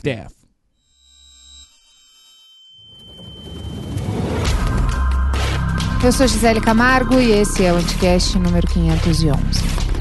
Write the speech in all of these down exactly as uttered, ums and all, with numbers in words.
death. Eu sou Gisele Camargo e esse é o Anticast número quinhentos e onze.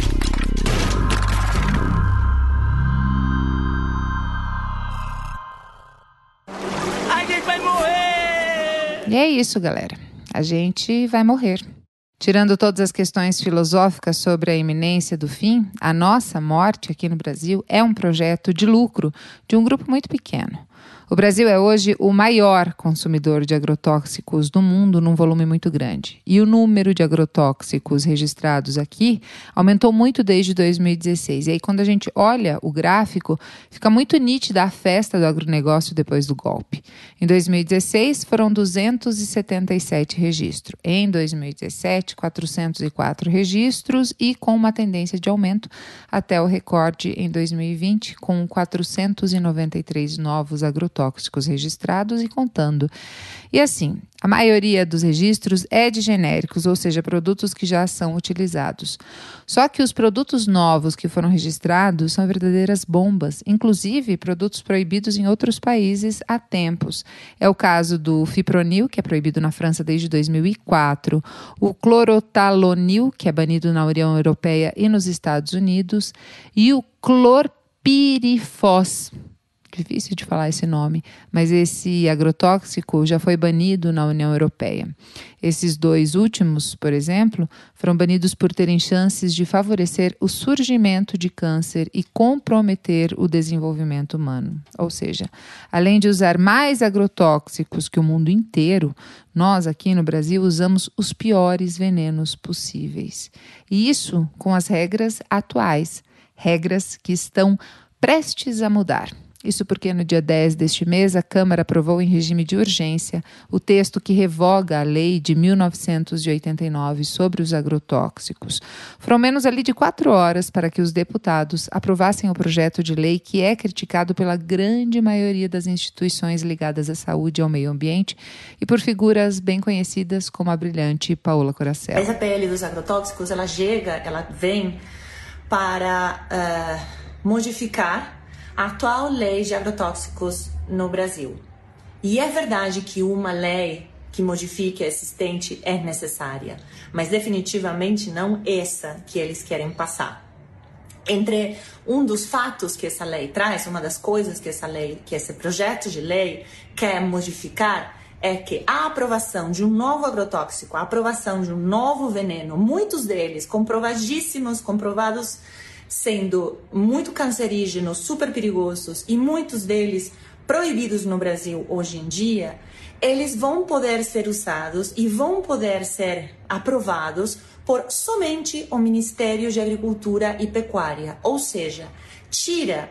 A gente vai morrer! E é isso, galera. A gente vai morrer. Tirando todas as questões filosóficas sobre a iminência do fim, a nossa morte aqui no Brasil é um projeto de lucro de um grupo muito pequeno. O Brasil é hoje o maior consumidor de agrotóxicos do mundo num volume muito grande. E o número de agrotóxicos registrados aqui aumentou muito desde dois mil e dezesseis. E aí, quando a gente olha o gráfico, fica muito nítida a festa do agronegócio depois do golpe. Em dois mil e dezesseis, foram duzentos e setenta e sete registros. Em dois mil e dezessete, quatrocentos e quatro registros e com uma tendência de aumento até o recorde em dois mil e vinte, com quatrocentos e noventa e três novos agrotóxicos tóxicos registrados e contando. E assim, a maioria dos registros é de genéricos, ou seja, produtos que já são utilizados. Só que os produtos novos que foram registrados são verdadeiras bombas, inclusive produtos proibidos em outros países há tempos. É o caso do fipronil, que é proibido na França desde dois mil e quatro, o clorotalonil, que é banido na União Europeia e nos Estados Unidos, e o clorpirifos. Difícil de falar esse nome, mas esse agrotóxico já foi banido na União Europeia. Esses dois últimos, por exemplo, foram banidos por terem chances de favorecer o surgimento de câncer e comprometer o desenvolvimento humano. Ou seja, além de usar mais agrotóxicos que o mundo inteiro, nós aqui no Brasil usamos os piores venenos possíveis. E isso com as regras atuais, regras que estão prestes a mudar. Isso porque no dia dez deste mês a Câmara aprovou em regime de urgência o texto que revoga a lei de mil novecentos e oitenta e nove sobre os agrotóxicos. Foram menos ali de quatro horas para que os deputados aprovassem o projeto de lei que é criticado pela grande maioria das instituições ligadas à saúde e ao meio ambiente e por figuras bem conhecidas como a brilhante Paola Coracella. Essa P L dos agrotóxicos, ela chega, ela vem para uh, modificar a atual lei de agrotóxicos no Brasil. E é verdade que uma lei que modifique a existente é necessária, mas definitivamente não essa que eles querem passar. Entre um dos fatos que essa lei traz, uma das coisas que essa lei, que esse projeto de lei quer modificar, é que a aprovação de um novo agrotóxico, a aprovação de um novo veneno, muitos deles comprovadíssimos, comprovados sendo muito cancerígenos, super perigosos e muitos deles proibidos no Brasil hoje em dia, eles vão poder ser usados e vão poder ser aprovados por somente o Ministério de Agricultura e Pecuária, ou seja, tira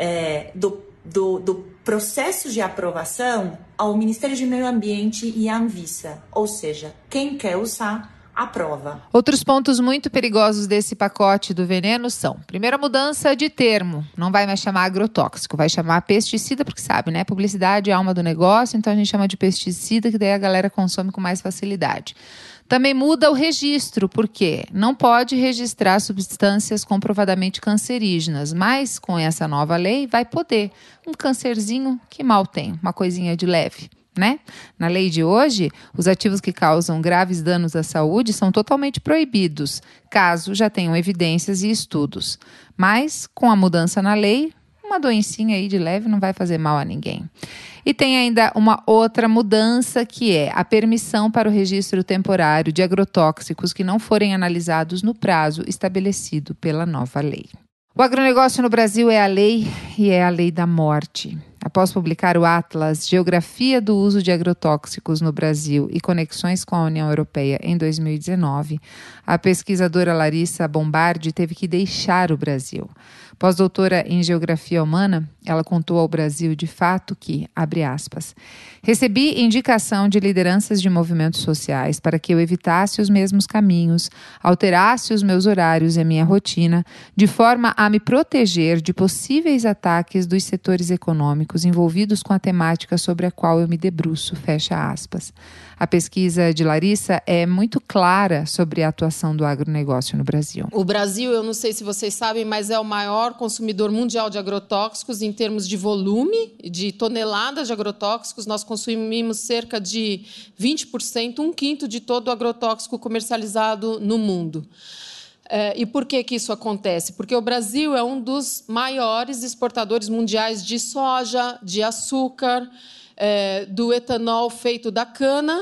é, do, do, do processo de aprovação ao Ministério de Meio Ambiente e à Anvisa, ou seja, quem quer usar aprova. Outros pontos muito perigosos desse pacote do veneno são, primeira mudança de termo, não vai mais chamar agrotóxico, vai chamar pesticida, porque sabe, né? Publicidade é a alma do negócio, então a gente chama de pesticida, que daí a galera consome com mais facilidade. Também muda o registro, porque não pode registrar substâncias comprovadamente cancerígenas, mas com essa nova lei vai poder. Um cancerzinho que mal tem, uma coisinha de leve. Né? Na lei de hoje, os ativos que causam graves danos à saúde são totalmente proibidos, caso já tenham evidências e estudos. Mas, com a mudança na lei, uma doencinha aí de leve não vai fazer mal a ninguém. E tem ainda uma outra mudança, que é a permissão para o registro temporário de agrotóxicos que não forem analisados no prazo estabelecido pela nova lei. O agronegócio no Brasil é a lei e é a lei da morte. Após publicar o Atlas Geografia do Uso de Agrotóxicos no Brasil e Conexões com a União Europeia em dois mil e dezenove, a pesquisadora Larissa Bombardi teve que deixar o Brasil. Pós-doutora em Geografia Humana, ela contou ao Brasil de fato que, abre aspas, recebi indicação de lideranças de movimentos sociais para que eu evitasse os mesmos caminhos, alterasse os meus horários e a minha rotina, de forma a me proteger de possíveis ataques dos setores econômicos econômicos envolvidos com a temática sobre a qual eu me debruço, fecha aspas. A pesquisa de Larissa é muito clara sobre a atuação do agronegócio no Brasil. O Brasil, eu não sei se vocês sabem, mas é o maior consumidor mundial de agrotóxicos em termos de volume, de toneladas de agrotóxicos. Nós consumimos cerca de vinte por cento, um quinto de todo o agrotóxico comercializado no mundo. É, e por que que isso acontece? Porque o Brasil é um dos maiores exportadores mundiais de soja, de açúcar, é, do etanol feito da cana.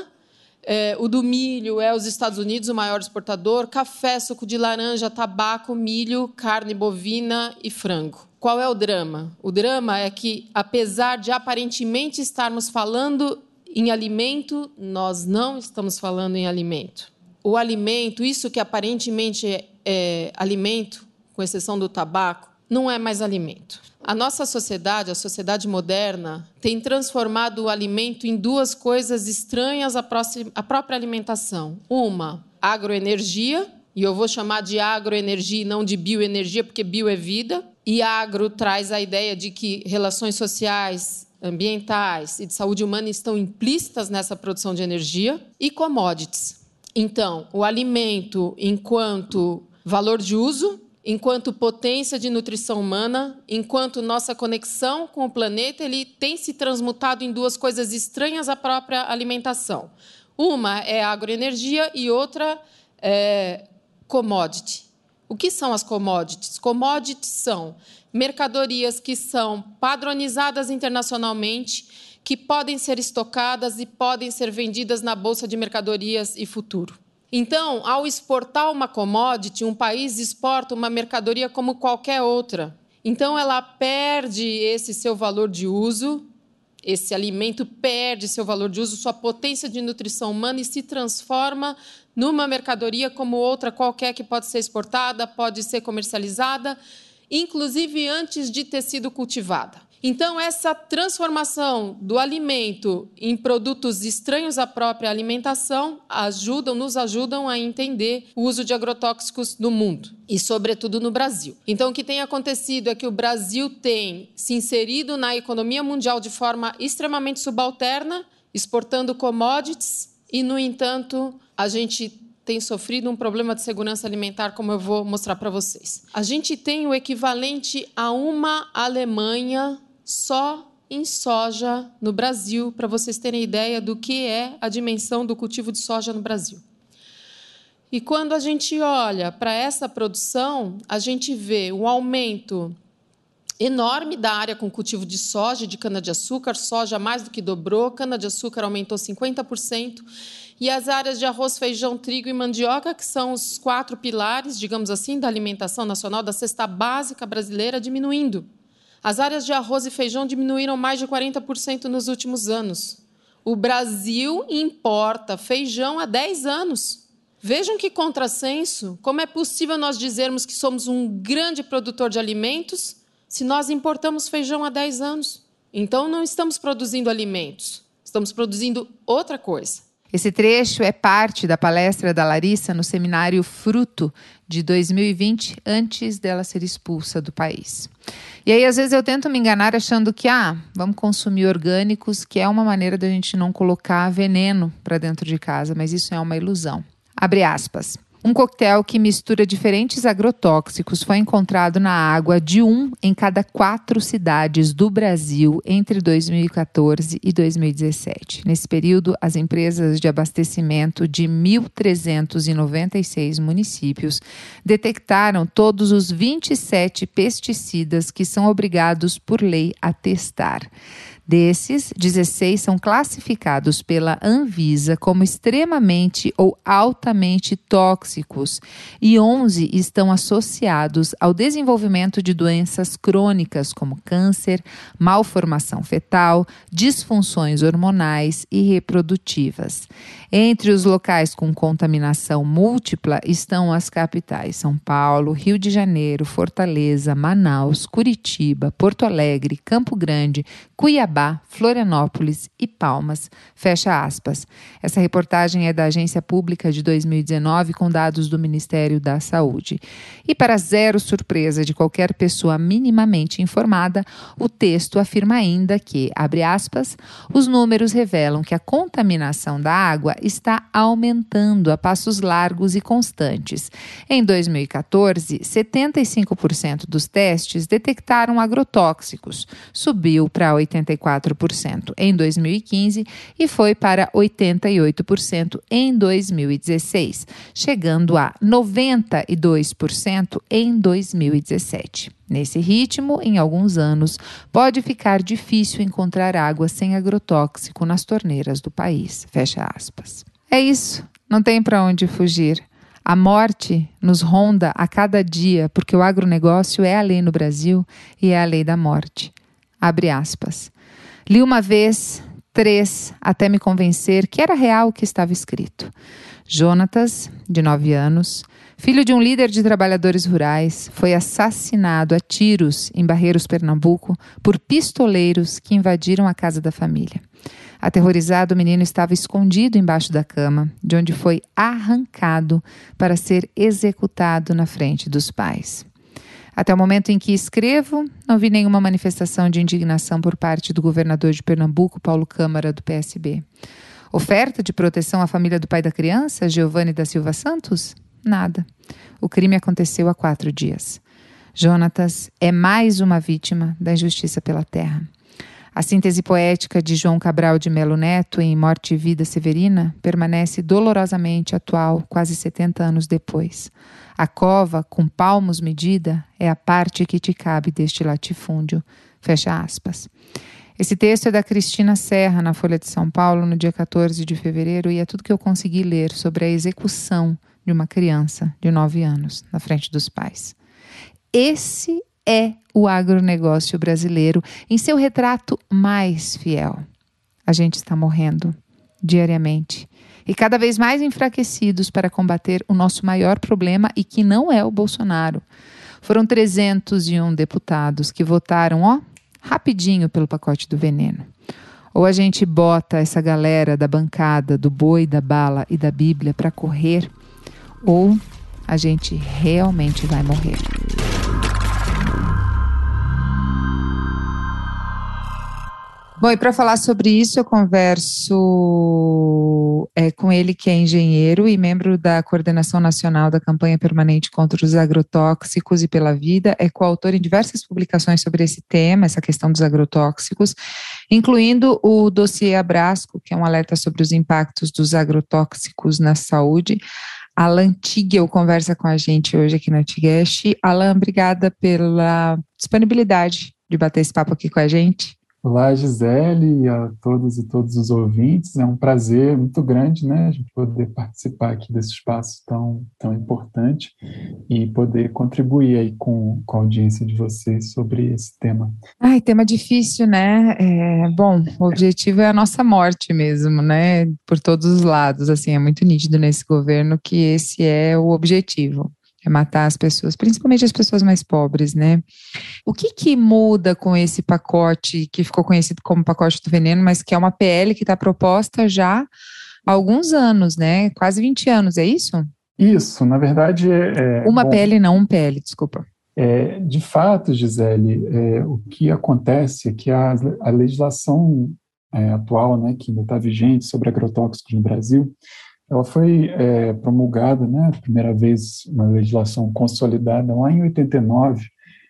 É, o do milho é os Estados Unidos, o maior exportador, café, suco de laranja, tabaco, milho, carne bovina e frango. Qual é o drama? O drama é que, apesar de aparentemente estarmos falando em alimento, nós não estamos falando em alimento. O alimento, isso que aparentemente é, é alimento, com exceção do tabaco, não é mais alimento. A nossa sociedade, a sociedade moderna, tem transformado o alimento em duas coisas estranhas à, próxima, à própria alimentação. Uma, agroenergia, e eu vou chamar de agroenergia e não de bioenergia, porque bio é vida. E agro traz a ideia de que relações sociais, ambientais e de saúde humana estão implícitas nessa produção de energia. E commodities. Então, o alimento enquanto valor de uso, enquanto potência de nutrição humana, enquanto nossa conexão com o planeta, ele tem se transmutado em duas coisas estranhas à própria alimentação. Uma é a agroenergia e outra é commodity. O que são as commodities? Commodities são mercadorias que são padronizadas internacionalmente, que podem ser estocadas e podem ser vendidas na Bolsa de Mercadorias e Futuro. Então, ao exportar uma commodity, um país exporta uma mercadoria como qualquer outra. Então, ela perde esse seu valor de uso, esse alimento perde seu valor de uso, sua potência de nutrição humana e se transforma numa mercadoria como outra qualquer que pode ser exportada, pode ser comercializada, inclusive antes de ter sido cultivada. Então, essa transformação do alimento em produtos estranhos à própria alimentação ajudam, nos ajudam a entender o uso de agrotóxicos no mundo e, sobretudo, no Brasil. Então, o que tem acontecido é que o Brasil tem se inserido na economia mundial de forma extremamente subalterna, exportando commodities e, no entanto, a gente tem sofrido um problema de segurança alimentar, como eu vou mostrar para vocês. A gente tem o equivalente a uma Alemanha só em soja no Brasil, para vocês terem ideia do que é a dimensão do cultivo de soja no Brasil. E quando a gente olha para essa produção, a gente vê um aumento enorme da área com cultivo de soja e de cana-de-açúcar. Soja mais do que dobrou, cana-de-açúcar aumentou cinquenta por cento. E as áreas de arroz, feijão, trigo e mandioca, que são os quatro pilares, digamos assim, da alimentação nacional, da cesta básica brasileira, diminuindo. As áreas de arroz e feijão diminuíram mais de quarenta por cento nos últimos anos. O Brasil importa feijão há dez anos. Vejam que contrassenso. Como é possível nós dizermos que somos um grande produtor de alimentos se nós importamos feijão há dez anos? Então, não estamos produzindo alimentos, estamos produzindo outra coisa. Esse trecho é parte da palestra da Larissa no seminário Fruto de dois mil e vinte, antes dela ser expulsa do país. E aí, às vezes, eu tento me enganar achando que, ah, vamos consumir orgânicos, que é uma maneira da gente não colocar veneno para dentro de casa, mas isso é uma ilusão. Abre aspas. Um coquetel que mistura diferentes agrotóxicos foi encontrado na água de um em cada quatro cidades do Brasil entre dois mil e quatorze e dois mil e dezessete. Nesse período, as empresas de abastecimento de mil trezentos e noventa e seis municípios detectaram todos os vinte e sete pesticidas que são obrigados por lei a testar. Desses, dezesseis são classificados pela Anvisa como extremamente ou altamente tóxicos e onze estão associados ao desenvolvimento de doenças crônicas como câncer, malformação fetal, disfunções hormonais e reprodutivas. Entre os locais com contaminação múltipla estão as capitais São Paulo, Rio de Janeiro, Fortaleza, Manaus, Curitiba, Porto Alegre, Campo Grande, Cuiabá, Cuiabá, Florianópolis e Palmas, fecha aspas. Essa reportagem é da Agência Pública de dois mil e dezenove, com dados do Ministério da Saúde. E para zero surpresa de qualquer pessoa minimamente informada, o texto afirma ainda que, abre aspas, os números revelam que a contaminação da água está aumentando a passos largos e constantes. Em dois mil e catorze, setenta e cinco por cento dos testes detectaram agrotóxicos, subiu para oitenta e quatro por cento em dois mil e quinze e foi para oitenta e oito por cento em dois mil e dezesseis, chegando a noventa e dois por cento em dois mil e dezessete. Nesse ritmo, em alguns anos, pode ficar difícil encontrar água sem agrotóxico nas torneiras do país. Fecha aspas. É isso, não tem para onde fugir. A morte nos ronda a cada dia porque o agronegócio é a lei no Brasil e é a lei da morte. Abre aspas. Li uma vez, três, até me convencer que era real o que estava escrito. Jonatas, de nove anos, filho de um líder de trabalhadores rurais, foi assassinado a tiros em Barreiros, Pernambuco, por pistoleiros que invadiram a casa da família. Aterrorizado, o menino estava escondido embaixo da cama, de onde foi arrancado para ser executado na frente dos pais. Até o momento em que escrevo, não vi nenhuma manifestação de indignação por parte do governador de Pernambuco, Paulo Câmara, do P S B. Oferta de proteção à família do pai da criança, Giovanni da Silva Santos? Nada. O crime aconteceu há quatro dias. Jonatas é mais uma vítima da injustiça pela terra. A síntese poética de João Cabral de Melo Neto em Morte e Vida Severina permanece dolorosamente atual quase setenta anos depois. A cova, com palmos medida, é a parte que te cabe deste latifúndio. Fecha aspas. Esse texto é da Cristina Serra, na Folha de São Paulo, no dia quatorze de fevereiro, e é tudo que eu consegui ler sobre a execução de uma criança de nove anos na frente dos pais. Esse é o agronegócio brasileiro em seu retrato mais fiel. A gente está morrendo diariamente e cada vez mais enfraquecidos para combater o nosso maior problema e que não é o Bolsonaro. Foram trezentos e um deputados que votaram, ó, rapidinho pelo pacote do veneno. Ou a gente bota essa galera da bancada, do boi, da bala e da Bíblia para correr, ou a gente realmente vai morrer. Bom, e para falar sobre isso, eu converso é, com ele, que é engenheiro e membro da Coordenação Nacional da Campanha Permanente contra os Agrotóxicos e pela Vida, é coautor em diversas publicações sobre esse tema, essa questão dos agrotóxicos, incluindo o dossiê Abrasco, que é um alerta sobre os impactos dos agrotóxicos na saúde. Alan Tigel conversa com a gente hoje aqui no Tigest. Alan, obrigada pela disponibilidade de bater esse papo aqui com a gente. Olá, Gisele, e a todos e todos os ouvintes. É um prazer muito grande, né, a gente poder participar aqui desse espaço tão, tão importante e poder contribuir aí com, com a audiência de vocês sobre esse tema. Ai, tema difícil, né? É, bom, o objetivo é a nossa morte mesmo, né? Por todos os lados, assim, é muito nítido nesse governo que esse é o objetivo. É matar as pessoas, principalmente as pessoas mais pobres, né? O que que muda com esse pacote que ficou conhecido como pacote do veneno, mas que é uma P L que está proposta já há alguns anos, né? Quase vinte anos, é isso? Isso, na verdade é... Uma bom, P L, não um P L, desculpa. É, de fato, Gisele, é, o que acontece é que a, a legislação é, atual, né, que ainda está vigente sobre agrotóxicos no Brasil, ela foi é, promulgada, né, a primeira vez, uma legislação consolidada lá em oitenta e nove,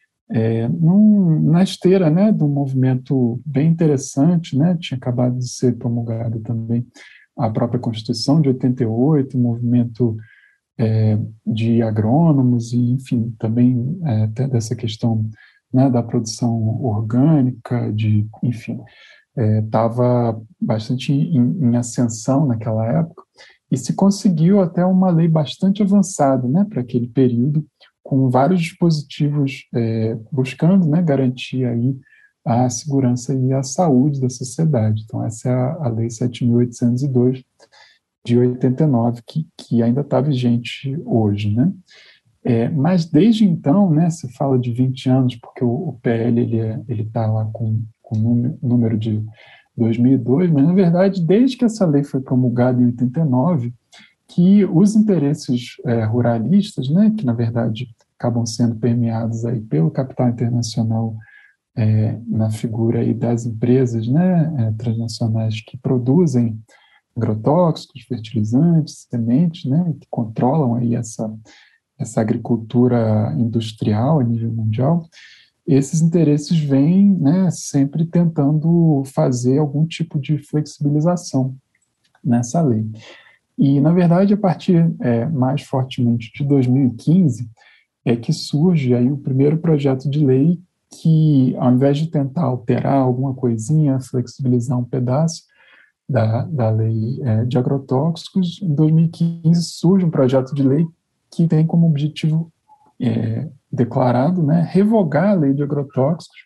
é, num, na esteira, né, de um movimento bem interessante, né, tinha acabado de ser promulgada também a própria Constituição de oitenta e oito, um movimento é, de agrônomos e, enfim, também é, dessa questão, né, da produção orgânica, de, enfim, estava é, bastante em, em ascensão naquela época. E se conseguiu até uma lei bastante avançada, né, para aquele período, com vários dispositivos é, buscando, né, garantir aí a segurança e a saúde da sociedade. Então, essa é a, a Lei sete mil oitocentos e dois, de oitenta e nove, que, que ainda está vigente hoje, né? É, mas desde então, né, se fala de vinte anos, porque o, o P L ele é, ele está lá com, com o número de dois mil e dois, mas, na verdade, desde que essa lei foi promulgada em oitenta e nove, que os interesses é, ruralistas, né, que, na verdade, acabam sendo permeados aí pelo capital internacional é, na figura aí das empresas, né, é, transnacionais que produzem agrotóxicos, fertilizantes, sementes, né, que controlam aí essa, essa agricultura industrial a nível mundial, esses interesses vêm, né, sempre tentando fazer algum tipo de flexibilização nessa lei. E, na verdade, a partir é, mais fortemente de dois mil e quinze, é que surge aí o primeiro projeto de lei que, ao invés de tentar alterar alguma coisinha, flexibilizar um pedaço da, da lei é, de agrotóxicos, em dois mil e quinze surge um projeto de lei que tem como objetivo é, declarado, né, revogar a lei de agrotóxicos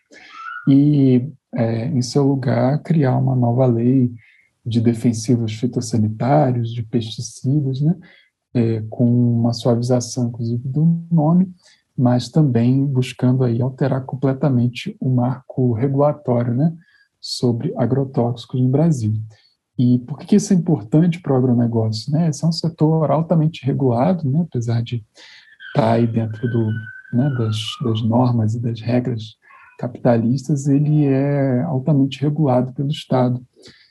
e, é, em seu lugar, criar uma nova lei de defensivos fitossanitários, de pesticidas, né, é, com uma suavização, inclusive, do nome, mas também buscando aí alterar completamente o marco regulatório, né, sobre agrotóxicos no Brasil. E por que isso é importante para o agronegócio? Né? Esse é um setor altamente regulado, né, apesar de estar aí dentro do, né, das, das normas e das regras capitalistas, ele é altamente regulado pelo Estado.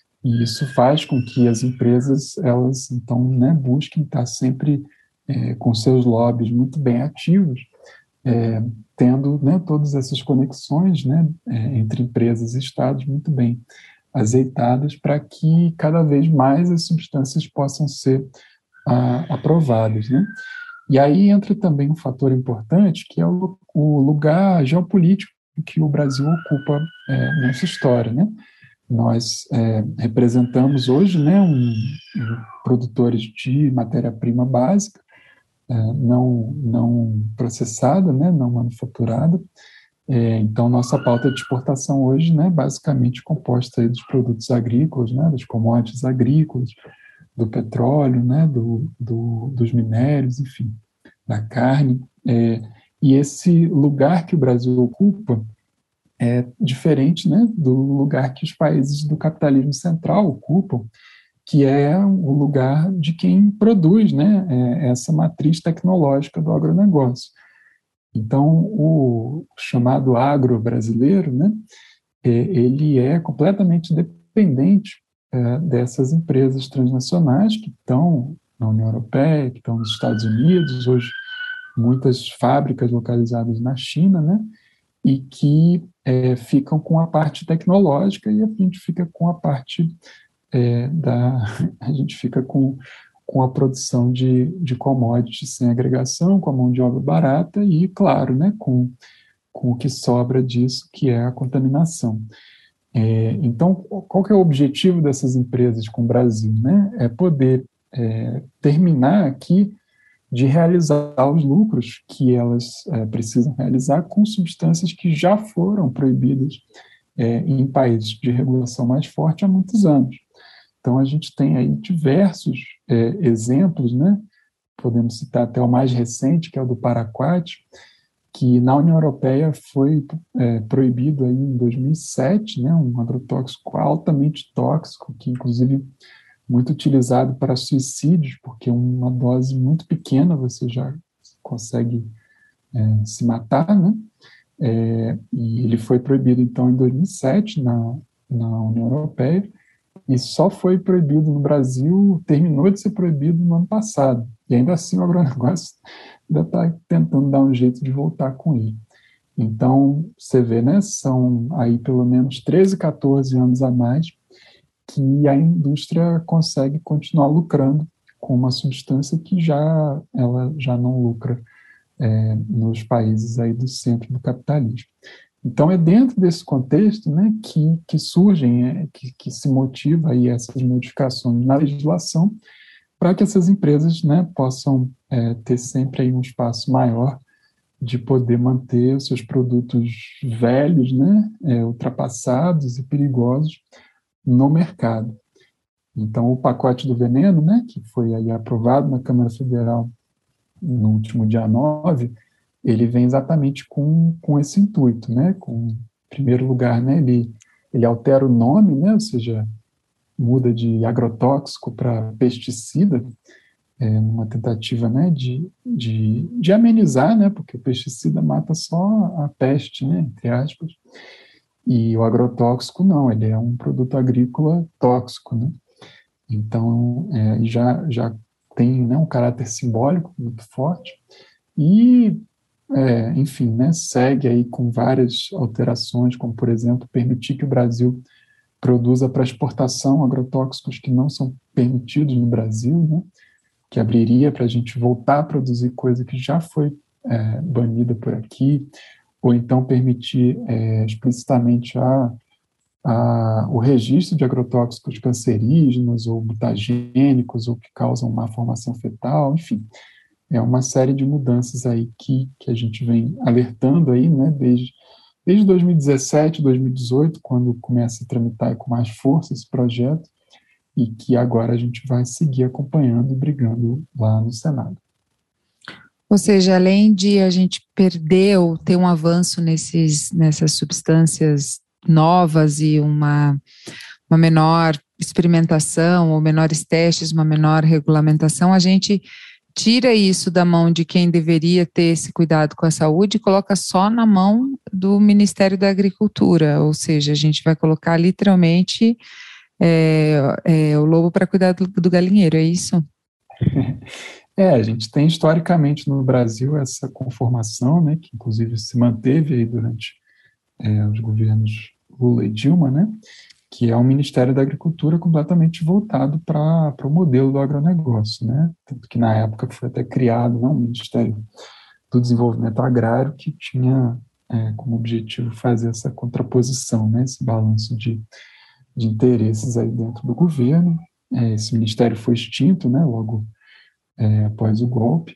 E isso faz com que as empresas, elas, então, né, busquem estar sempre é, com seus lobbies muito bem ativos, é, tendo, né, todas essas conexões, né, é, entre empresas e estados muito bem azeitadas para que cada vez mais as substâncias possam ser a, aprovadas, né? E aí entra também um fator importante, que é o, o lugar geopolítico que o Brasil ocupa é, nessa história, né? Nós é, representamos hoje, né, um, um, produtores de matéria-prima básica, é, não, não processada, né, não manufaturada. É, então, nossa pauta de exportação hoje, né, basicamente composta aí dos produtos agrícolas, né, das commodities agrícolas, do petróleo, né, do, do, dos minérios, enfim, da carne. É, e esse lugar que o Brasil ocupa é diferente, né, do lugar que os países do capitalismo central ocupam, que é o lugar de quem produz, né, é, essa matriz tecnológica do agronegócio. Então, o chamado agro brasileiro, né, é, ele é completamente dependente é, dessas empresas transnacionais que estão na União Europeia, que estão nos Estados Unidos, hoje muitas fábricas localizadas na China, né, e que é, ficam com a parte tecnológica e a gente fica com a parte é, da... a gente fica com, com a produção de, de commodities sem agregação, com a mão de obra barata e, claro, né, com, com o que sobra disso, que é a contaminação. É, então, qual que é o objetivo dessas empresas com o Brasil? Né? É poder é, terminar aqui de realizar os lucros que elas é, precisam realizar com substâncias que já foram proibidas é, em países de regulação mais forte há muitos anos. Então, a gente tem aí diversos é, exemplos, né? Podemos citar até o mais recente, que é o do paraquat, que na União Europeia foi é, proibido aí em dois mil e sete, né? Um agrotóxico altamente tóxico, que inclusive muito utilizado para suicídios, porque uma dose muito pequena você já consegue é, se matar, né? É, e ele foi proibido, então, em dois mil e sete na, na União Europeia, e só foi proibido no Brasil, terminou de ser proibido no ano passado. E ainda assim o agronegócio ainda está tentando dar um jeito de voltar com ele. Então, você vê, né? São aí pelo menos treze, catorze anos a mais que a indústria consegue continuar lucrando com uma substância que já, ela já não lucra é, nos países aí do centro do capitalismo. Então, é dentro desse contexto, né, que, que surgem, é, que, que se motiva aí essas modificações na legislação para que essas empresas, né, possam é, ter sempre aí um espaço maior de poder manter os seus produtos velhos, né, é, ultrapassados e perigosos no mercado. Então, o pacote do veneno, né, que foi aí aprovado na Câmara Federal no último dia nove, ele vem exatamente com, com esse intuito, né, com, em primeiro lugar, né, ele ele altera o nome, né, ou seja, muda de agrotóxico para pesticida, é, numa tentativa, né, de, de, de amenizar, né, porque o pesticida mata só a peste, né, entre aspas, e o agrotóxico não, ele é um produto agrícola tóxico, né, então é, já, já tem, né, um caráter simbólico muito forte, e, é, enfim, né, segue aí com várias alterações, como, por exemplo, permitir que o Brasil produza para exportação agrotóxicos que não são permitidos no Brasil, né, que abriria para a gente voltar a produzir coisa que já foi é, banida por aqui, ou então permitir é, explicitamente a, a, o registro de agrotóxicos cancerígenos ou mutagênicos ou que causam má formação fetal, enfim. É uma série de mudanças aí que, que a gente vem alertando aí, né, desde, desde dois mil e dezessete, dois mil e dezoito, quando começa a tramitar com mais força esse projeto, e que agora a gente vai seguir acompanhando e brigando lá no Senado. Ou seja, além de a gente perder ou ter um avanço nesses, nessas substâncias novas e uma, uma menor experimentação ou menores testes, uma menor regulamentação, a gente tira isso da mão de quem deveria ter esse cuidado com a saúde e coloca só na mão do Ministério da Agricultura, ou seja, a gente vai colocar literalmente é, é, o lobo para cuidar do, do galinheiro, é isso? É, a gente tem historicamente no Brasil essa conformação, né, que inclusive se manteve aí durante é, os governos Lula e Dilma, né, que é um Ministério da Agricultura completamente voltado para o modelo do agronegócio, né, tanto que na época foi até criado, né, um Ministério do Desenvolvimento Agrário que tinha é, como objetivo fazer essa contraposição, né, esse balanço de, de interesses aí dentro do governo. É, esse ministério foi extinto, né, logo É, após o golpe,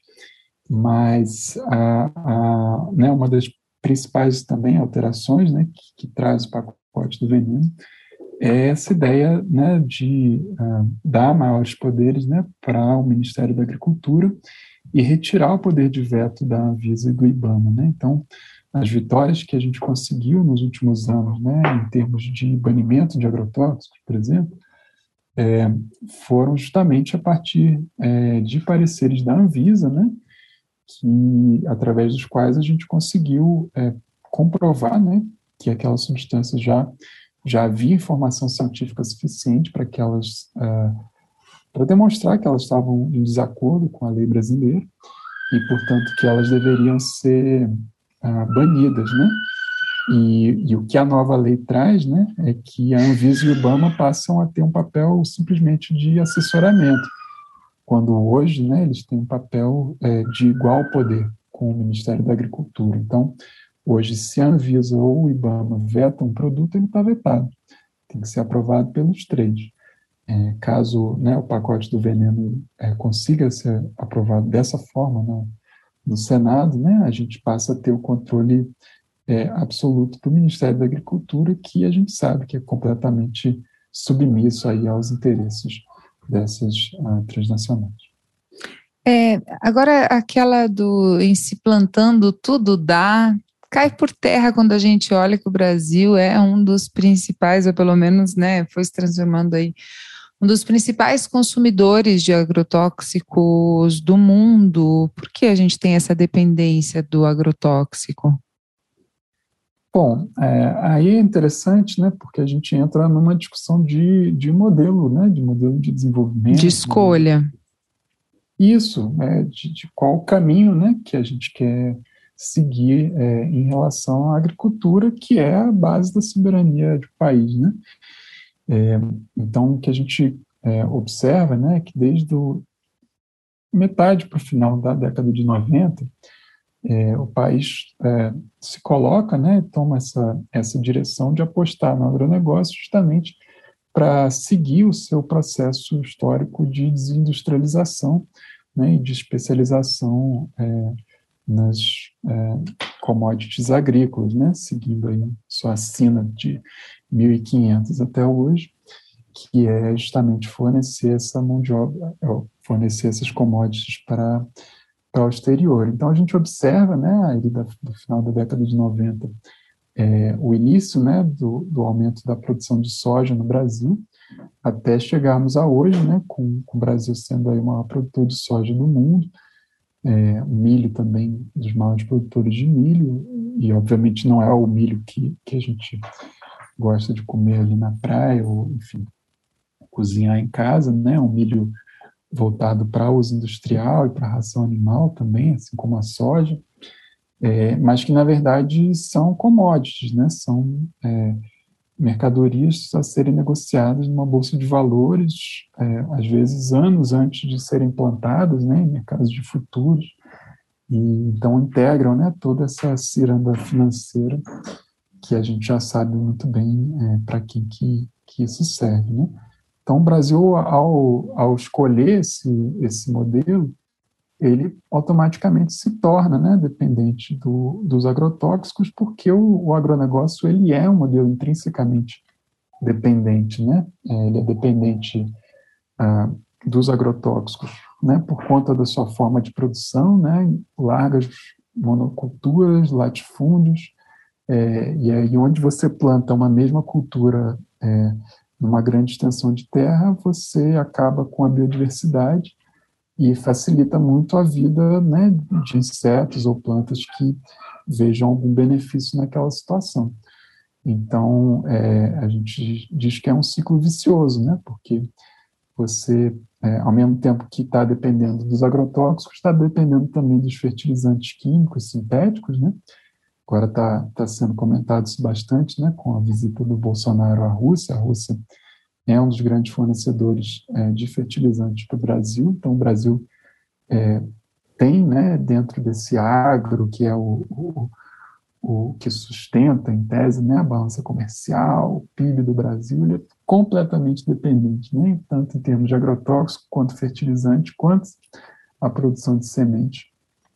mas a, a, né, uma das principais também alterações, né, que, que traz o pacote do veneno é essa ideia, né, de uh, dar maiores poderes, né, para o Ministério da Agricultura e retirar o poder de veto da Anvisa e do IBAMA, né. Então, as vitórias que a gente conseguiu nos últimos anos, né, em termos de banimento de agrotóxicos, por exemplo, É, foram justamente a partir é, de pareceres da Anvisa, né, que, através dos quais a gente conseguiu é, comprovar, né, que aquelas substâncias já, já havia informação científica suficiente para que elas, é, para demonstrar que elas estavam em desacordo com a lei brasileira e, portanto, que elas deveriam ser ah, banidas, né. E, e o que a nova lei traz, né, é que a Anvisa e o IBAMA passam a ter um papel simplesmente de assessoramento, quando hoje, né, eles têm um papel é, de igual poder com o Ministério da Agricultura. Então, hoje, se a Anvisa ou o IBAMA vetam um produto, ele está vetado. Tem que ser aprovado pelos três. É, caso, né, o pacote do veneno é, consiga ser aprovado dessa forma no, no Senado, né, a gente passa a ter o controle É, absoluto do Ministério da Agricultura, que a gente sabe que é completamente submisso aí aos interesses dessas uh, transnacionais. É, agora, aquela do em se plantando tudo dá, cai por terra quando a gente olha que o Brasil é um dos principais, ou pelo menos, né, foi se transformando aí, um dos principais consumidores de agrotóxicos do mundo. Por que a gente tem essa dependência do agrotóxico? Bom, é, aí é interessante, né, porque a gente entra numa discussão de, de modelo, né, de modelo de desenvolvimento. De escolha. Isso, é, de, de qual caminho, né, que a gente quer seguir é, em relação à agricultura, que é a base da soberania do país, né. É, então, o que a gente é, observa, né, é que desde o metade para o final da década de noventa, É, o país é, se coloca, né, toma essa, essa direção de apostar no agronegócio justamente para seguir o seu processo histórico de desindustrialização, né, e de especialização é, nas é, commodities agrícolas, né, seguindo aí sua sina de mil e quinhentos até hoje, que é justamente fornecer essa mão de obra, fornecer essas commodities para para o exterior. Então, a gente observa, né, ali da, do final da década de noventa é, o início, né, do, do aumento da produção de soja no Brasil, até chegarmos a hoje, né, com, com o Brasil sendo aí o maior produtor de soja do mundo, é, o milho também dos maiores produtores de milho, e obviamente não é o milho que, que a gente gosta de comer ali na praia, ou enfim, cozinhar em casa, né, um milho voltado para uso industrial e para ração animal também, assim como a soja, é, mas que na verdade são commodities, né, são é, mercadorias a serem negociadas numa bolsa de valores, é, às vezes anos antes de serem plantadas, né, em mercados de futuros, e então integram, né, toda essa ciranda financeira que a gente já sabe muito bem é, para quem que, que isso serve, né? Então, o Brasil, ao, ao escolher esse, esse modelo, ele automaticamente se torna, né, dependente do, dos agrotóxicos, porque o, o agronegócio ele é um modelo intrinsecamente dependente, né? É, ele é dependente ah, dos agrotóxicos, né, por conta da sua forma de produção, né, largas monoculturas, latifúndios, é, e aí onde você planta uma mesma cultura é, numa grande extensão de terra, você acaba com a biodiversidade e facilita muito a vida, né, de insetos ou plantas que vejam algum benefício naquela situação. Então, é, a gente diz que é um ciclo vicioso, né, porque você, é, ao mesmo tempo que está dependendo dos agrotóxicos, está dependendo também dos fertilizantes químicos sintéticos, né. Agora está tá sendo comentado isso bastante, né, com a visita do Bolsonaro à Rússia. A Rússia é um dos grandes fornecedores é, de fertilizantes para o Brasil. Então, o Brasil é, tem, né, dentro desse agro, que é o, o, o que sustenta, em tese, né, a balança comercial, o P I B do Brasil, ele é completamente dependente, né, tanto em termos de agrotóxico, quanto fertilizante, quanto a produção de semente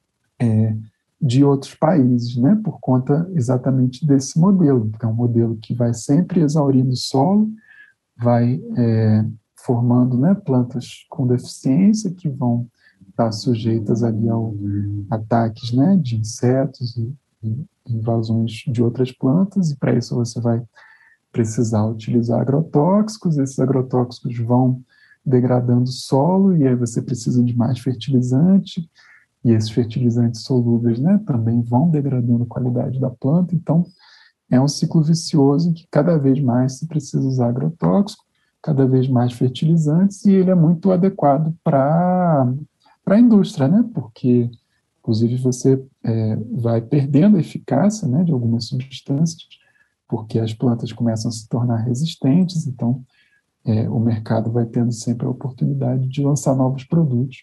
é, de outros países, né, por conta exatamente desse modelo, que é um modelo que vai sempre exaurindo o solo, vai é, formando, né, plantas com deficiência que vão estar sujeitas ali ao ataques, né, de insetos e, e invasões de outras plantas, e para isso você vai precisar utilizar agrotóxicos. Esses agrotóxicos vão degradando o solo e aí você precisa de mais fertilizante, e esses fertilizantes solúveis, né, também vão degradando a qualidade da planta. Então, é um ciclo vicioso em que cada vez mais se precisa usar agrotóxico, cada vez mais fertilizantes, e ele é muito adequado para para a indústria, né, porque, inclusive, você é, vai perdendo a eficácia, né, de algumas substâncias, porque as plantas começam a se tornar resistentes, então é, o mercado vai tendo sempre a oportunidade de lançar novos produtos.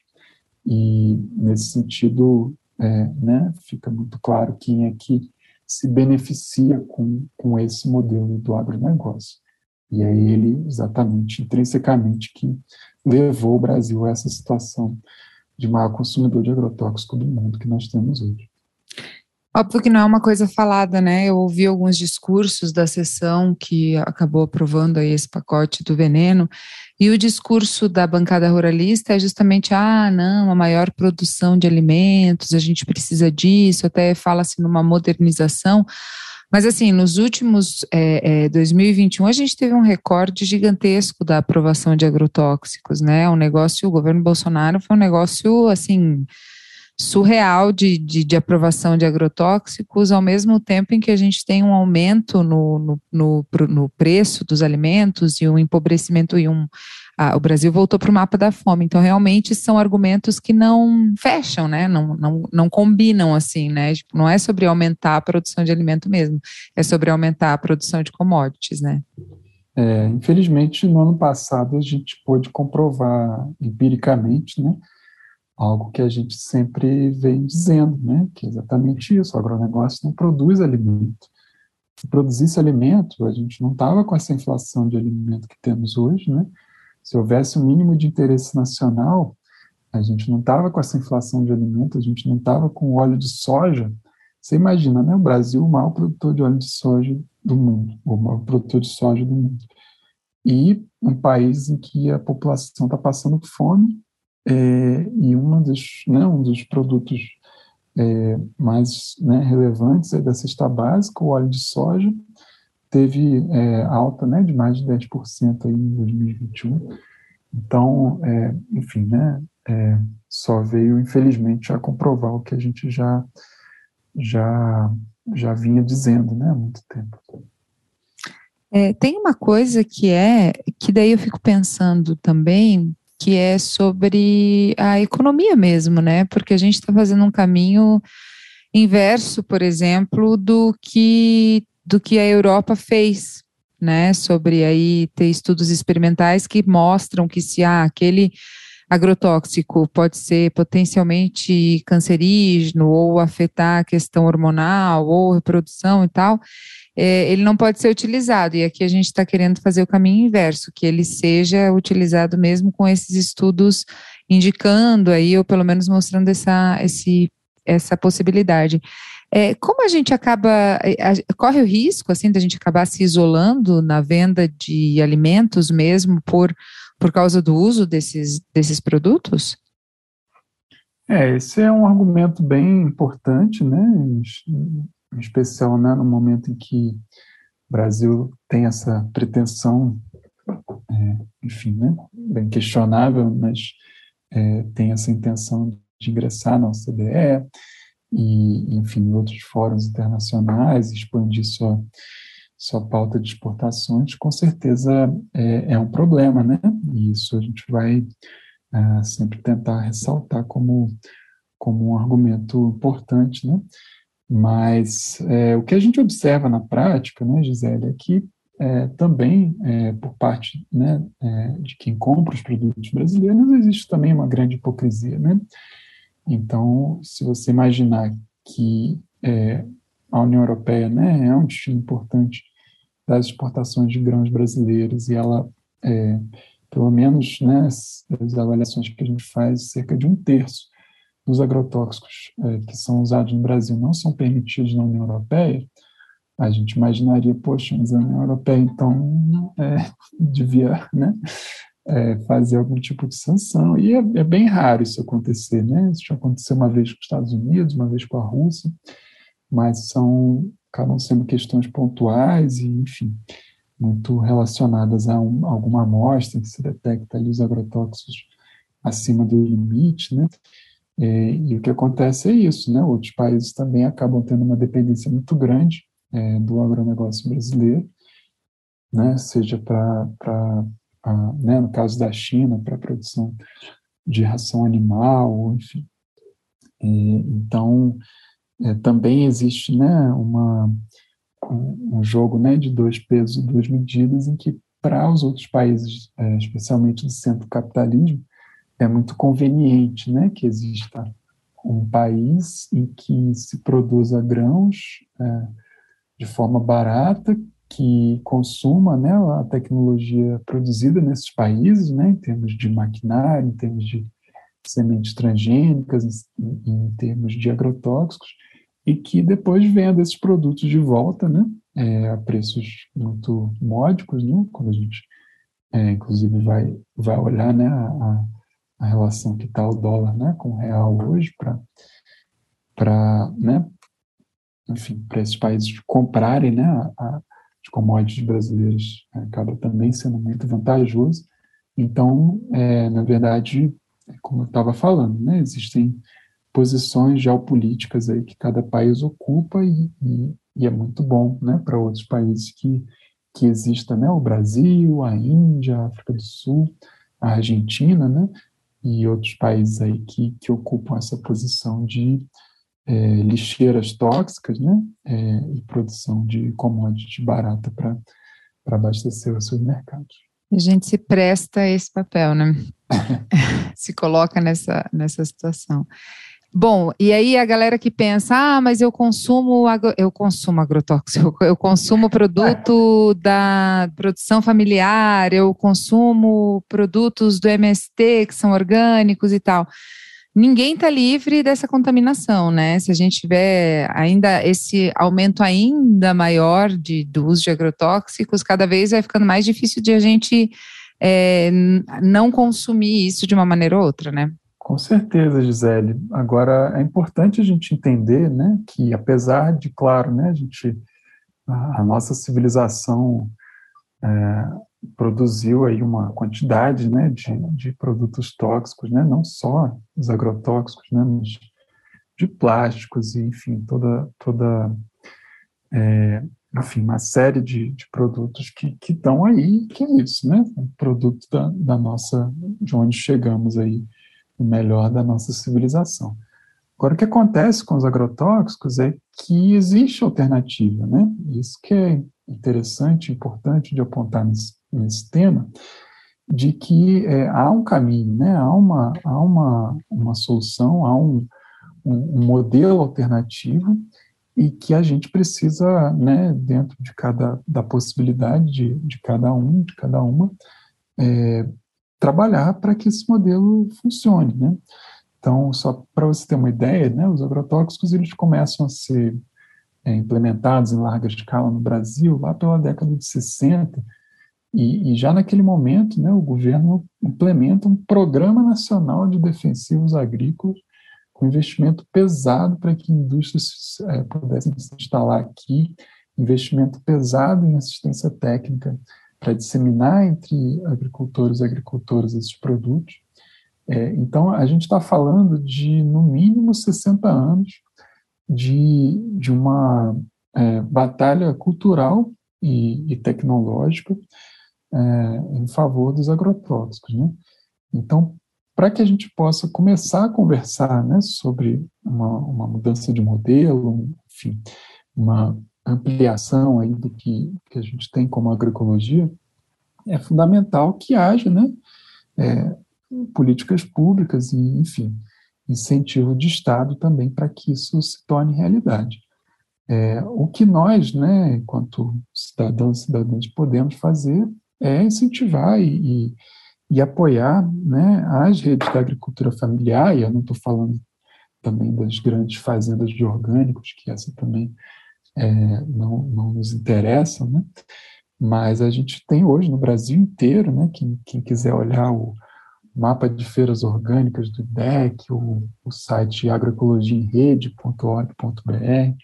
E, nesse sentido, é, né, fica muito claro quem é que se beneficia com, com esse modelo do agronegócio. E é ele, exatamente, intrinsecamente, que levou o Brasil a essa situação de maior consumidor de agrotóxico do mundo que nós temos hoje. Óbvio que não é uma coisa falada, né? Eu ouvi alguns discursos da sessão que acabou aprovando aí esse pacote do veneno, e o discurso da bancada ruralista é justamente, ah, não, a maior produção de alimentos, a gente precisa disso, até fala-se numa modernização, mas assim, nos últimos é, é, dois mil e vinte e um, a gente teve um recorde gigantesco da aprovação de agrotóxicos, né? Um negócio, o governo Bolsonaro foi um negócio, assim, surreal de, de, de aprovação de agrotóxicos, ao mesmo tempo em que a gente tem um aumento no, no, no, no preço dos alimentos e um empobrecimento e um... Ah, o Brasil voltou para o mapa da fome. Então, realmente, são argumentos que não fecham, né? Não, não, não combinam, assim, né? Tipo, não é sobre aumentar a produção de alimento mesmo, é sobre aumentar a produção de commodities, né? É, infelizmente, no ano passado, a gente pôde comprovar empiricamente, né, algo que a gente sempre vem dizendo, né, que é exatamente isso: o agronegócio não produz alimento. Se produzisse alimento, a gente não estava com essa inflação de alimento que temos hoje, né? Se houvesse um mínimo de interesse nacional, a gente não estava com essa inflação de alimento, a gente não estava com óleo de soja. Você imagina, né, o Brasil, o maior produtor de óleo de soja do mundo, o maior produtor de soja do mundo, e um país em que a população está passando fome, É, e um dos, né, um dos produtos é, mais, né, relevantes é da cesta básica, o óleo de soja teve é, alta, né, de mais de dez por cento aí em dois mil e vinte e um. Então, é, enfim, né, é, só veio, infelizmente, a comprovar o que a gente já, já, já vinha dizendo, né, há muito tempo. É, tem uma coisa que é, que daí eu fico pensando também, que é sobre a economia mesmo, né, porque a gente está fazendo um caminho inverso, por exemplo, do que do que a Europa fez, né, sobre aí ter estudos experimentais que mostram que se ah, aquele agrotóxico pode ser potencialmente cancerígeno ou afetar a questão hormonal ou reprodução e tal, é, ele não pode ser utilizado, e aqui a gente está querendo fazer o caminho inverso, que ele seja utilizado mesmo com esses estudos indicando aí, ou pelo menos mostrando essa, esse, essa possibilidade. É, como a gente acaba, a, corre o risco, assim, da gente acabar se isolando na venda de alimentos mesmo por, por causa do uso desses, desses produtos? É, esse é um argumento bem importante, né, em especial, né, no momento em que o Brasil tem essa pretensão, é, enfim, né, bem questionável, mas é, tem essa intenção de ingressar na O C D E, e, enfim, outros fóruns internacionais, expandir sua, sua pauta de exportações, com certeza é, é um problema, né? E isso a gente vai é, sempre tentar ressaltar como, como um argumento importante, né? Mas é, o que a gente observa na prática, né, Gisele, é que é, também, é, por parte, né, é, de quem compra os produtos brasileiros, existe também uma grande hipocrisia, né? Então, se você imaginar que é, a União Europeia, né, é um destino importante das exportações de grãos brasileiros, e ela, é, pelo menos, né, as, as avaliações que a gente faz, cerca de um terço dos agrotóxicos é, que são usados no Brasil não são permitidos na União Europeia, a gente imaginaria, poxa, mas a União Europeia, então, é, devia, né, É, fazer algum tipo de sanção, e é, é bem raro isso acontecer, né? Isso já aconteceu uma vez com os Estados Unidos, uma vez com a Rússia, mas são, acabam sendo questões pontuais e, enfim, muito relacionadas a, um, a alguma amostra que se detecta ali os agrotóxicos acima do limite, né? É, e o que acontece é isso, né? Outros países também acabam tendo uma dependência muito grande é, do agronegócio brasileiro, né? Seja para Ah, né, no caso da China, para a produção de ração animal, enfim. E, então, é, também existe, né, uma, um, um jogo, né, de dois pesos e duas medidas, em que, para os outros países, é, especialmente do centro-capitalismo, é muito conveniente, né, que exista um país em que se produza grãos é, de forma barata, que consuma, né, a tecnologia produzida nesses países, né, em termos de maquinário, em termos de sementes transgênicas, em, em termos de agrotóxicos, e que depois venda esses produtos de volta, né, é, a preços muito módicos, né, quando a gente, é, inclusive, vai, vai olhar, né, a, a relação que está o dólar, né, com o real hoje, para, para, né, enfim, para esses países comprarem, né, a, a de commodities brasileiras, acaba também sendo muito vantajoso. Então, é, na verdade, como eu estava falando, né, existem posições geopolíticas aí que cada país ocupa, e, e, e é muito bom, né, para outros países que, que exista, né, o Brasil, a Índia, a África do Sul, a Argentina, né, e outros países aí que, que ocupam essa posição de É, lixeiras tóxicas, né, é, e produção de commodities barata para abastecer os seus mercados. A gente se presta a esse papel, né? Se coloca nessa, nessa situação. Bom, e aí a galera que pensa, ah, mas eu consumo, agro, eu consumo agrotóxico, eu consumo produto da produção familiar, eu consumo produtos do M S T que são orgânicos e tal. Ninguém está livre dessa contaminação, né? Se a gente tiver ainda esse aumento ainda maior de, do uso de agrotóxicos, cada vez vai ficando mais difícil de a gente é, não consumir isso de uma maneira ou outra, né? Com certeza, Gisele. Agora, é importante a gente entender, né, que apesar de, claro, né, a gente, a, a nossa civilização é, produziu aí uma quantidade, né, de, de produtos tóxicos, né, não só os agrotóxicos, né, mas de plásticos e, enfim, toda, toda é, enfim, uma série de, de produtos que que estão aí, que é isso, né, um produto da, da nossa, de onde chegamos aí, o melhor da nossa civilização. Agora, o que acontece com os agrotóxicos é que existe alternativa, né? Isso que é interessante, importante de apontar nesse, nesse tema, de que é, há um caminho, né? Há uma, há uma, uma solução, há um, um, um modelo alternativo e que a gente precisa, né, dentro de cada, da possibilidade de, de cada um, de cada uma, é, trabalhar para que esse modelo funcione, né? Então, só para você ter uma ideia, né, os agrotóxicos eles começam a ser é, implementados em larga escala no Brasil lá pela década de sessenta, e, e já naquele momento, né, o governo implementa um Programa Nacional de Defensivos Agrícolas com investimento pesado para que indústrias é, pudessem se instalar aqui, investimento pesado em assistência técnica para disseminar entre agricultores e agricultoras esses produtos. É, então, a gente está falando de, no mínimo, sessenta anos de, de uma é, batalha cultural e, e tecnológica é, em favor dos agrotóxicos, né? Então, para que a gente possa começar a conversar, né, sobre uma, uma mudança de modelo, enfim, uma ampliação aí do que, que a gente tem como agroecologia, é fundamental que haja, né, é, políticas públicas e, enfim, incentivo de Estado também para que isso se torne realidade. É, o que nós, né, enquanto cidadãos e cidadãs, podemos fazer é incentivar e, e, e apoiar, né, as redes da agricultura familiar, e eu não estou falando também das grandes fazendas de orgânicos, que essa também é, não, não nos interessam, né, mas a gente tem hoje no Brasil inteiro, né, quem, quem quiser olhar o mapa de feiras orgânicas do I D E C, o, o site agroecologia em rede ponto org ponto b r,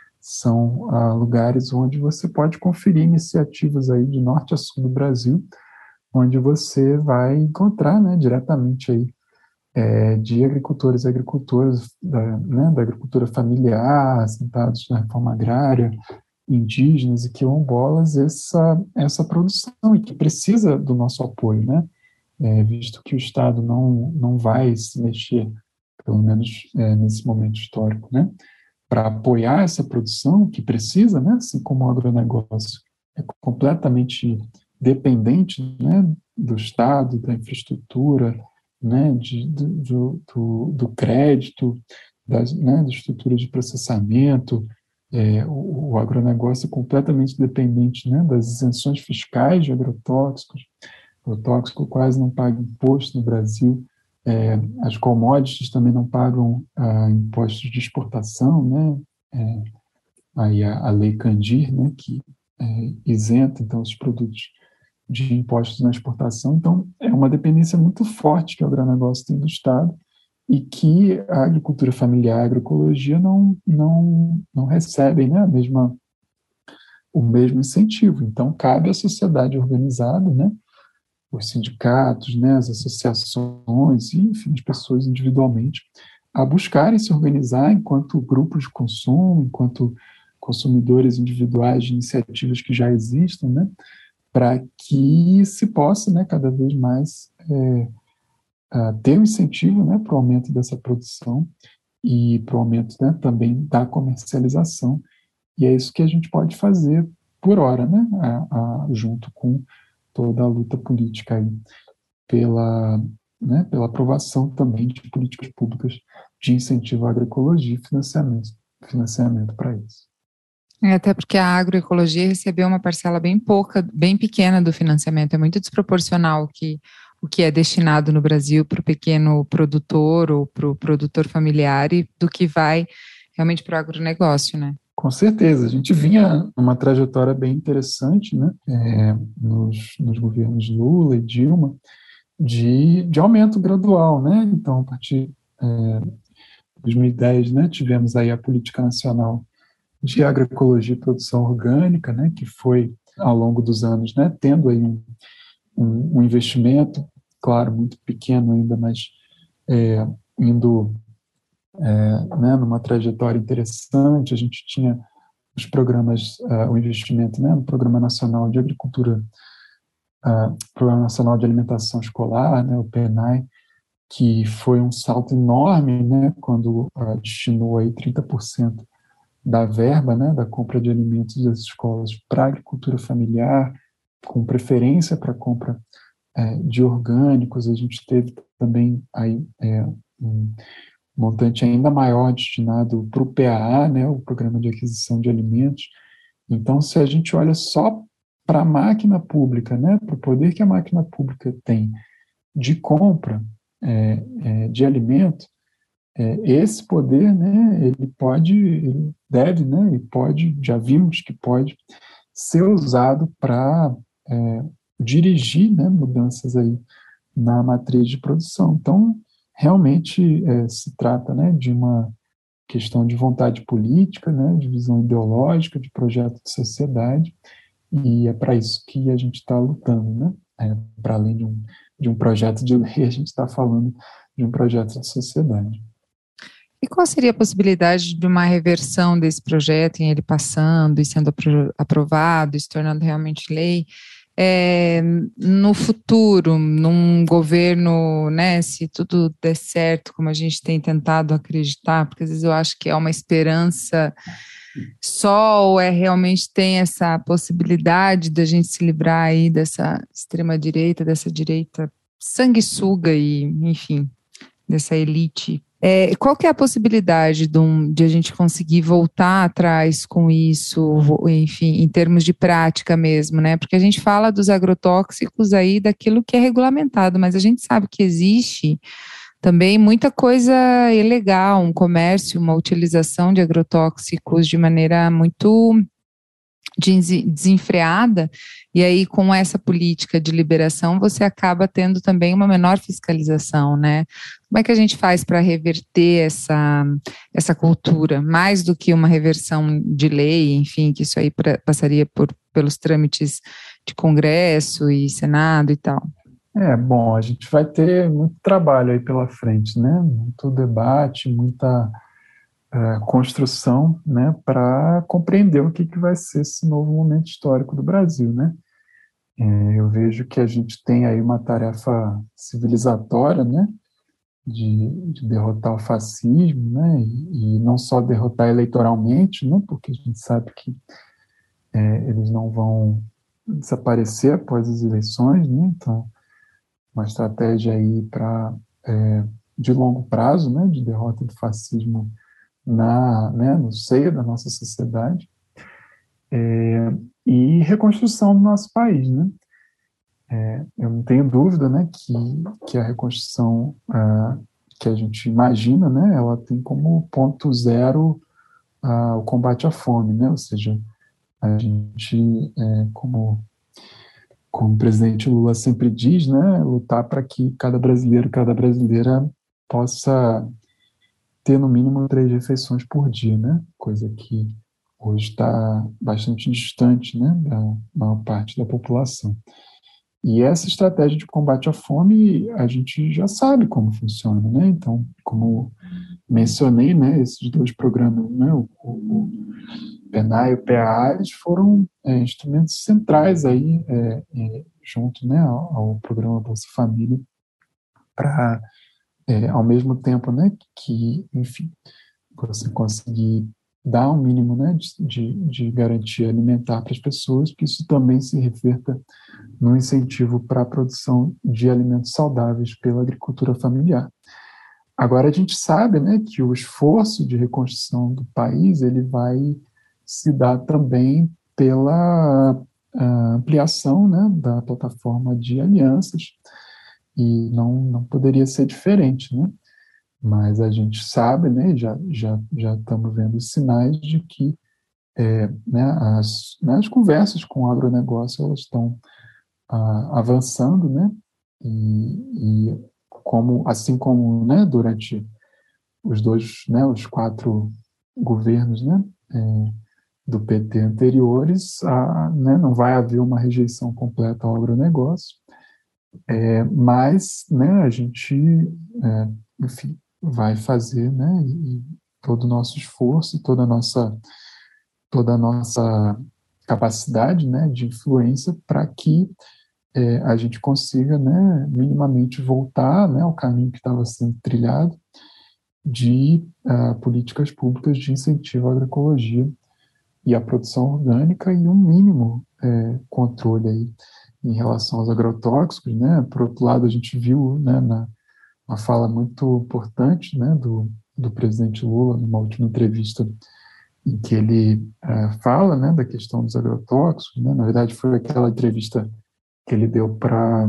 são ah, lugares onde você pode conferir iniciativas aí de norte a sul do Brasil, onde você vai encontrar, né, diretamente aí, é, de agricultores e agricultoras da, né, da agricultura familiar, assentados na reforma agrária, indígenas e quilombolas, essa, essa produção, e que precisa do nosso apoio, né? É, visto que o Estado não, não vai se mexer, pelo menos é, nesse momento histórico, né, para apoiar essa produção que precisa, né, assim como o agronegócio é completamente dependente, né, do Estado, da infraestrutura, né, de, do, do, do crédito, das, né, da estrutura de processamento. É, o, o agronegócio é completamente dependente, né, das isenções fiscais de agrotóxicos. O tóxico quase não paga imposto no Brasil, é, as commodities também não pagam ah, impostos de exportação, né? É, aí a, a lei Candir, né, que é, isenta então os produtos de impostos na exportação. Então é uma dependência muito forte que o agronegócio tem do Estado e que a agricultura familiar, a agroecologia não não não recebem, né, a mesma o mesmo incentivo. Então cabe à sociedade organizada, né, os sindicatos, né, as associações, e, enfim, as pessoas individualmente, a buscarem se organizar enquanto grupos de consumo, enquanto consumidores individuais de iniciativas que já existem, né, para que se possa, né, cada vez mais é, ter um incentivo, né, para o aumento dessa produção e para o aumento, né, também da comercialização. E é isso que a gente pode fazer por hora, né, a, a, junto com toda a luta política aí pela, né, pela aprovação também de políticas públicas de incentivo à agroecologia e financiamento, financiamento para isso. É, até porque a agroecologia recebeu uma parcela bem pouca, bem pequena do financiamento, é muito desproporcional o que, o que é destinado no Brasil para o pequeno produtor ou para o produtor familiar e do que vai realmente para o agronegócio, né? Com certeza, a gente vinha numa trajetória bem interessante, né, é, nos, nos governos Lula e Dilma, de, de aumento gradual, né? Então, a partir é, de dois mil e dez, né, tivemos aí a Política Nacional de Agroecologia e Produção Orgânica, né, que foi, ao longo dos anos, né, tendo aí um, um, um investimento, claro, muito pequeno ainda, mas é, indo é, né, numa trajetória interessante. A gente tinha os programas, uh, o investimento, né, no Programa Nacional de Agricultura, uh, Programa Nacional de Alimentação Escolar, né, o PNAE, que foi um salto enorme, né, quando uh, destinou aí trinta por cento da verba, né, da compra de alimentos das escolas para a agricultura familiar, com preferência para a compra é, de orgânicos. A gente teve também aí é, um montante ainda maior destinado para o P A A, né, o Programa de Aquisição de Alimentos. Então, se a gente olha só para a máquina pública, né, para o poder que a máquina pública tem de compra é, é, de alimento, é, esse poder, né, ele pode, ele deve, né, e pode, já vimos que pode ser usado para é, dirigir, né, mudanças aí na matriz de produção. Então, realmente é, se trata, né, de uma questão de vontade política, né, de visão ideológica, de projeto de sociedade, e é para isso que a gente está lutando, né? É, para além de um, de um projeto de lei, a gente está falando de um projeto de sociedade. E qual seria a possibilidade de uma reversão desse projeto, em ele passando e sendo apro- aprovado, e se tornando realmente lei, é, no futuro, num governo, né, se tudo der certo, como a gente tem tentado acreditar, porque às vezes eu acho que é uma esperança só, ou é realmente tem essa possibilidade da gente se livrar aí dessa extrema-direita, dessa direita sanguessuga e, enfim, dessa elite. É, qual que é a possibilidade de, um, de a gente conseguir voltar atrás com isso, enfim, em termos de prática mesmo, né? Porque a gente fala dos agrotóxicos aí, daquilo que é regulamentado, mas a gente sabe que existe também muita coisa ilegal, um comércio, uma utilização de agrotóxicos de maneira muito desenfreada, e aí com essa política de liberação você acaba tendo também uma menor fiscalização, né? Como é que a gente faz para reverter essa, essa cultura, mais do que uma reversão de lei, enfim, que isso aí pra, passaria por, pelos trâmites de Congresso e Senado e tal? É, bom, a gente vai ter muito trabalho aí pela frente, né? Muito debate, muita Uh, construção, né, para compreender o que, que vai ser esse novo momento histórico do Brasil, né? É, eu vejo que a gente tem aí uma tarefa civilizatória, né, de, de derrotar o fascismo, né, e, e não só derrotar eleitoralmente, né, porque a gente sabe que é, eles não vão desaparecer após as eleições, né? Então, uma estratégia aí para é, de longo prazo, né, de derrota do fascismo na, né, no seio da nossa sociedade, é, e reconstrução do nosso país, né? É, eu não tenho dúvida, né, que, que a reconstrução ah, que a gente imagina, né, ela tem como ponto zero ah, o combate à fome, né? Ou seja, a gente, é, como, como o presidente Lula sempre diz, né, lutar para que cada brasileiro, cada brasileira possa ter no mínimo três refeições por dia, né? Coisa que hoje está bastante distante, né, da maior parte da população. E essa estratégia de combate à fome, a gente já sabe como funciona, né? Então, como mencionei, né, esses dois programas, né, o, o PNAE e o P A A, eles foram é, instrumentos centrais aí, é, é, junto, né, ao, ao programa Bolsa Família, para É, ao mesmo tempo, né, que, enfim, você conseguir dar um mínimo, né, de, de, de garantia alimentar para as pessoas, que isso também se reverta no incentivo para a produção de alimentos saudáveis pela agricultura familiar. Agora, a gente sabe, né, que o esforço de reconstrução do país, ele vai se dar também pela ampliação, né, da plataforma de alianças, e não, não poderia ser diferente, né? Mas a gente sabe, né, já, já, já estamos vendo sinais de que é, né, as, né, as conversas com o agronegócio, elas estão ah, avançando, né? e, e como, assim como, né, durante os dois, né, os quatro governos, né, é, do P T anteriores, a, né, não vai haver uma rejeição completa ao agronegócio, é, mas, né, a gente, é, enfim, vai fazer, né, e, e todo o nosso esforço, toda a nossa, toda a nossa capacidade, né, de influência para que é, a gente consiga, né, minimamente voltar, né, ao caminho que estava sendo trilhado de uh, políticas públicas de incentivo à agroecologia e à produção orgânica e um mínimo é, controle aí em relação aos agrotóxicos, né? Por outro lado, a gente viu, né, na uma fala muito importante, né, do, do presidente Lula numa última entrevista em que ele uh, fala, né, da questão dos agrotóxicos, né? Na verdade, foi aquela entrevista que ele deu para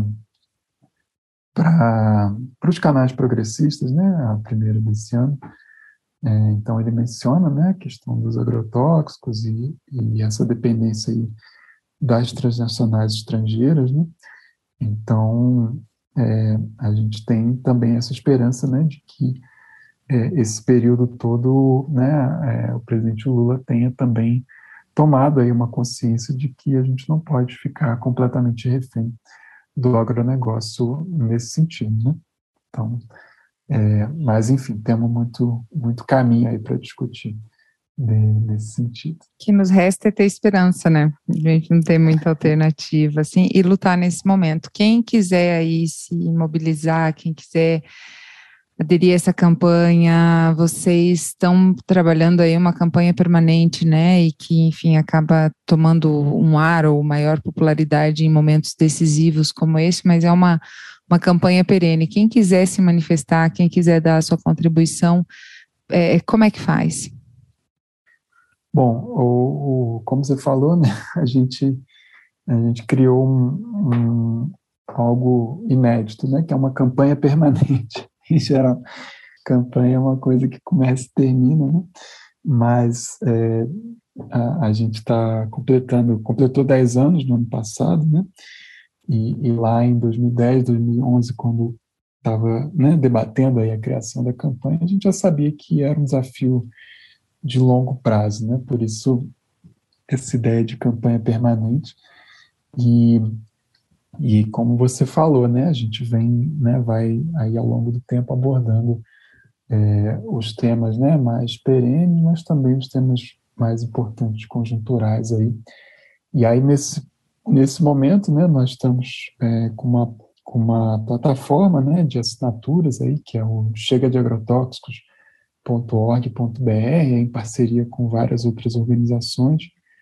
para os canais progressistas, né, a primeira desse ano. É, então, ele menciona, né, a questão dos agrotóxicos e, e essa dependência aí das transnacionais estrangeiras, né? Então, é, a gente tem também essa esperança, né, de que é, esse período todo, né, é, o presidente Lula tenha também tomado aí uma consciência de que a gente não pode ficar completamente refém do agronegócio nesse sentido, né? Então, é, mas enfim, temos muito, muito caminho aí para discutir de, nesse sentido. O que nos resta é ter esperança, né? A gente não tem muita alternativa, assim, e lutar nesse momento. Quem quiser aí se mobilizar, quem quiser aderir a essa campanha, vocês estão trabalhando aí uma campanha permanente, né, e que, enfim, acaba tomando um ar ou maior popularidade em momentos decisivos como esse, mas é uma, uma campanha perene. Quem quiser se manifestar, quem quiser dar a sua contribuição, é, como é que faz? Bom, o, o, como você falou, né, a gente, a gente criou um, um, algo inédito, né, que é uma campanha permanente. Em geral, campanha é uma coisa que começa e termina, né? Mas é, a, a gente está completando, completou dez anos no ano passado, né? E, e lá em dois mil e dez, dois mil e onze, quando estava, né, debatendo aí a criação da campanha, a gente já sabia que era um desafio de longo prazo, né? Por isso, essa ideia de campanha permanente. E E como você falou, né, a gente vem, né, vai aí ao longo do tempo abordando é, os temas, né, mais perenes, mas também os temas mais importantes, conjunturais aí. E aí nesse nesse momento, né, nós estamos é, com uma com uma plataforma, né, de assinaturas aí que é o chega de agrotóxicos ponto org ponto b r, em parceria com várias outras organizações.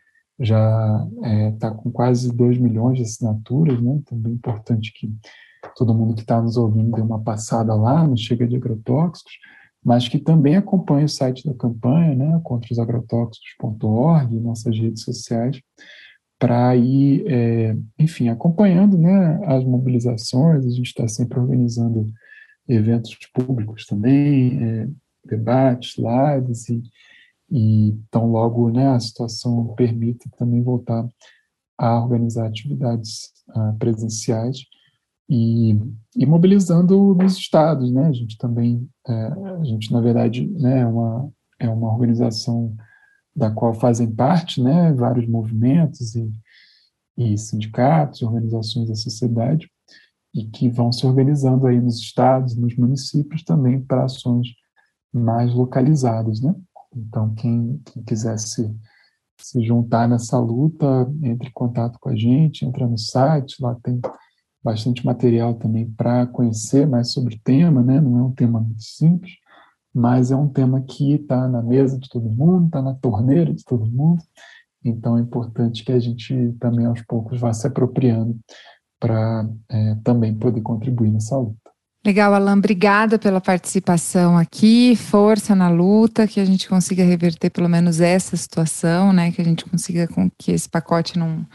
Já está é, com quase dois milhões de assinaturas, né? Então, bem importante que todo mundo que está nos ouvindo dê uma passada lá no Chega de Agrotóxicos, mas que também acompanhe o site da campanha, né? contra os agrotóxicos ponto org, nossas redes sociais, para ir, é, enfim, acompanhando, né, as mobilizações. A gente está sempre organizando eventos públicos também, é, debates, lives e E então, logo, né, a situação permita também voltar a organizar atividades uh, presenciais e, e mobilizando nos estados, né? A gente também, é, a gente na verdade, né, é uma é uma organização da qual fazem parte, né, vários movimentos e, e sindicatos, organizações da sociedade e que vão se organizando aí nos estados, nos municípios também para ações mais localizadas, né? Então, quem, quem quiser se, se juntar nessa luta, entre em contato com a gente, entra no site, lá tem bastante material também para conhecer mais sobre o tema, né? Não é um tema muito simples, mas é um tema que está na mesa de todo mundo, está na torneira de todo mundo, então é importante que a gente também aos poucos vá se apropriando para é, também poder contribuir nessa luta. Legal, Alan, obrigada pela participação aqui, força na luta, que a gente consiga reverter pelo menos essa situação, né, que a gente consiga com que esse pacote não,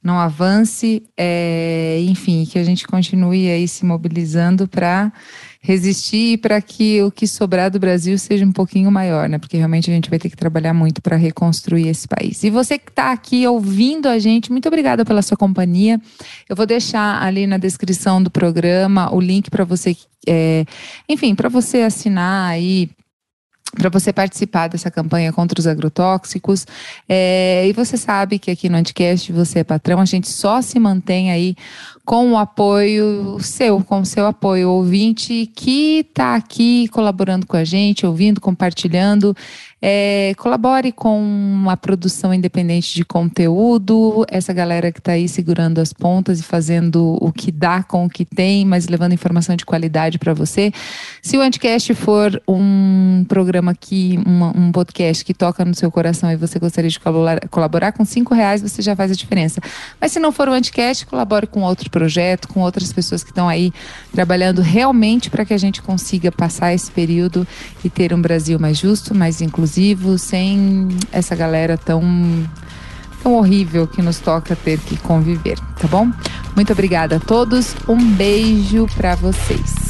não avance, é, enfim, que a gente continue aí se mobilizando para resistir e para que o que sobrar do Brasil seja um pouquinho maior, né? Porque realmente a gente vai ter que trabalhar muito para reconstruir esse país. E você que está aqui ouvindo a gente, muito obrigada pela sua companhia. Eu vou deixar ali na descrição do programa o link para você, é, enfim, para você assinar aí, para você participar dessa campanha contra os agrotóxicos. É, e você sabe que aqui no Anticast você é patrão, a gente só se mantém aí com o apoio seu, com o seu apoio ouvinte que está aqui colaborando com a gente, ouvindo, compartilhando. É, colabore com a produção independente de conteúdo, essa galera que está aí segurando as pontas e fazendo o que dá com o que tem, mas levando informação de qualidade para você. Se o Anticast for um programa que, uma, um podcast que toca no seu coração e você gostaria de colaborar, colaborar com cinco reais, você já faz a diferença. Mas se não for o Anticast, colabore com outro projeto, com outras pessoas que estão aí trabalhando realmente para que a gente consiga passar esse período e ter um Brasil mais justo, mais inclusivo, sem essa galera tão, tão horrível que nos toca ter que conviver, tá bom? Muito obrigada a todos, um beijo para vocês.